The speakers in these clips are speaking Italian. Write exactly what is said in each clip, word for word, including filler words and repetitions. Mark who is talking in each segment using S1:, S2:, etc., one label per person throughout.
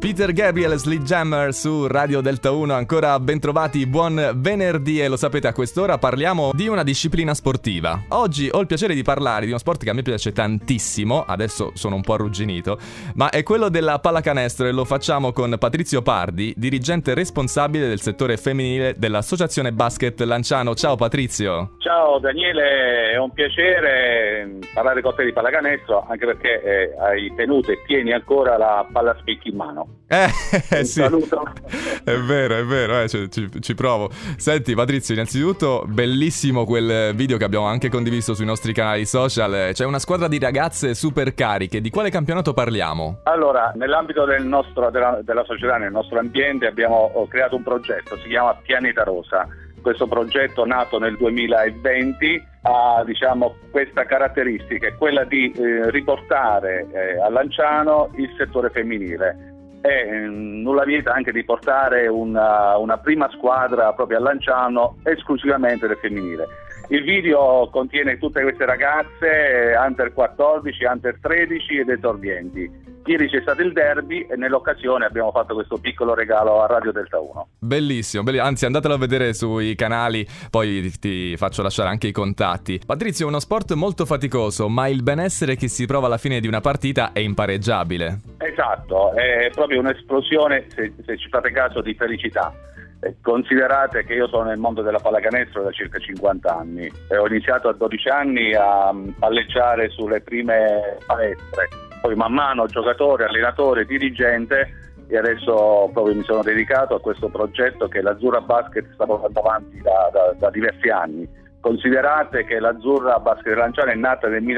S1: Peter Gabriel, Sledgehammer su Radio Delta uno, ancora ben trovati, buon venerdì e lo sapete a quest'ora parliamo di una disciplina sportiva. Oggi ho il piacere di parlare di uno sport che a me piace tantissimo, adesso sono un po' arrugginito, ma è quello della pallacanestro e lo facciamo con Patrizio Pardi, dirigente responsabile del settore femminile dell'Associazione Basket Lanciano. Ciao Patrizio.
S2: Ciao Daniele, è un piacere parlare con te di pallacanestro, anche perché eh, hai tenuto e tieni ancora la palla spicchi in mano.
S1: Eh,
S2: Un
S1: sì,
S2: saluto.
S1: è vero, è vero, eh, ci, ci, ci provo. Senti Patrizio, innanzitutto bellissimo quel video che abbiamo anche condiviso sui nostri canali social. C'è una squadra di ragazze super cariche, di quale campionato parliamo?
S2: Allora, nell'ambito del nostro, della, della società, nel nostro ambiente, abbiamo creato un progetto, si chiama Pianeta Rosa. Questo progetto nato nel duemilaventi ha diciamo questa caratteristica, è quella di eh, riportare eh, a Lanciano il settore femminile e eh, nulla vieta anche di portare una, una prima squadra proprio a Lanciano esclusivamente del femminile. Il video contiene tutte queste ragazze eh, under quattordici, under tredici ed esordienti. Ieri c'è stato il derby e nell'occasione abbiamo fatto questo piccolo regalo a Radio Delta uno.
S1: Bellissimo, belli- anzi andatelo a vedere sui canali, poi ti, ti faccio lasciare anche i contatti. Patrizio, è uno sport molto faticoso, ma il benessere che si prova alla fine di una partita è impareggiabile.
S2: Esatto, è proprio un'esplosione, se, se ci fate caso, di felicità. Considerate che io sono nel mondo della pallacanestro da circa cinquanta anni e ho iniziato a dodici anni a palleggiare sulle prime palestre, poi man mano giocatore, allenatore, dirigente e adesso proprio mi sono dedicato a questo progetto che l'Azzurra Basket sta portando avanti da, da, da diversi anni. Considerate che l'Azzurra Basket Lanciano è nata nel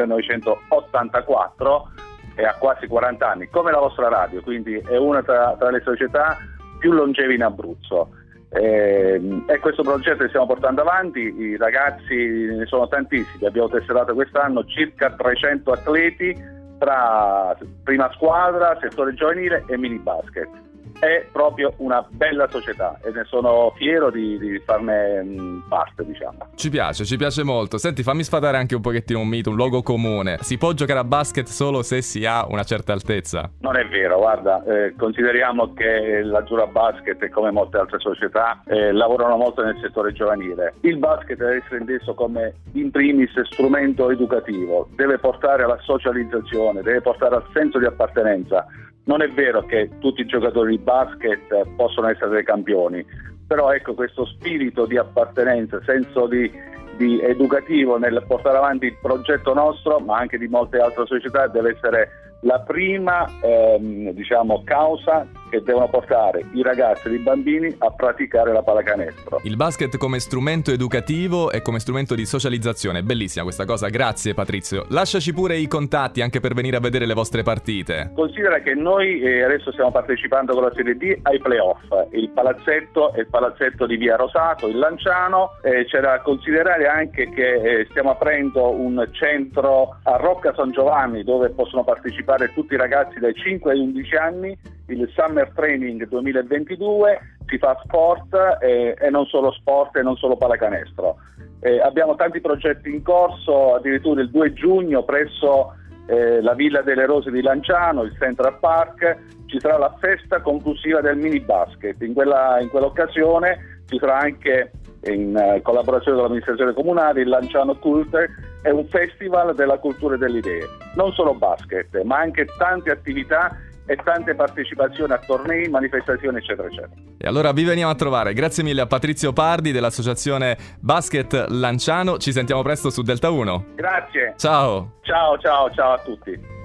S2: millenovecentottantaquattro e ha quasi quaranta anni, come la vostra radio, quindi è una tra, tra le società più longevi in Abruzzo. Eh, è questo progetto che stiamo portando avanti, i ragazzi ne sono tantissimi, abbiamo testato quest'anno circa trecento atleti tra prima squadra, settore giovanile e mini basket. È proprio una bella società e ne sono fiero di, di farne mh, parte, diciamo.
S1: Ci piace, ci piace molto. Senti, fammi sfatare anche un pochettino un mito, un luogo comune. Si può giocare a basket solo se si ha una certa altezza?
S2: Non è vero, guarda, eh, consideriamo che l'Azzurra Basket, come molte altre società, eh, lavorano molto nel settore giovanile. Il basket deve essere inteso come in primis strumento educativo, deve portare alla socializzazione, deve portare al senso di appartenenza. Non è vero che tutti i giocatori di basket possono essere dei campioni, però ecco questo spirito di appartenenza, senso di, di educativo nel portare avanti il progetto nostro, ma anche di molte altre società, deve essere la prima ehm, diciamo causa che devono portare i ragazzi e i bambini a praticare la pallacanestro.
S1: Il basket come strumento educativo e come strumento di socializzazione, bellissima questa cosa, grazie Patrizio. Lasciaci pure i contatti anche per venire a vedere le vostre partite.
S2: Considera che noi eh, adesso stiamo partecipando con la Serie D ai playoff, il palazzetto è il palazzetto di Via Rosato, il Lanciano, eh, c'è da considerare anche che eh, stiamo aprendo un centro a Rocca San Giovanni dove possono partecipare tutti i ragazzi dai cinque ai undici anni. Il Summer Training duemilaventidue, si fa sport eh, e non solo sport e non solo pallacanestro. Eh, abbiamo tanti progetti in corso, addirittura il due giugno presso eh, la Villa delle Rose di Lanciano, il Central Park, ci sarà la festa conclusiva del mini basket. In, quella, in quell'occasione ci sarà anche, in uh, collaborazione con l'amministrazione comunale, il Lanciano Culture, è un festival della cultura e delle idee. Non solo basket, ma anche tante attività e tante partecipazioni a tornei, manifestazioni, eccetera, eccetera.
S1: E allora vi veniamo a trovare. Grazie mille a Patrizio Pardi dell'Associazione Basket Lanciano. Ci sentiamo presto su Delta uno.
S2: Grazie.
S1: Ciao.
S2: Ciao, ciao, ciao a tutti.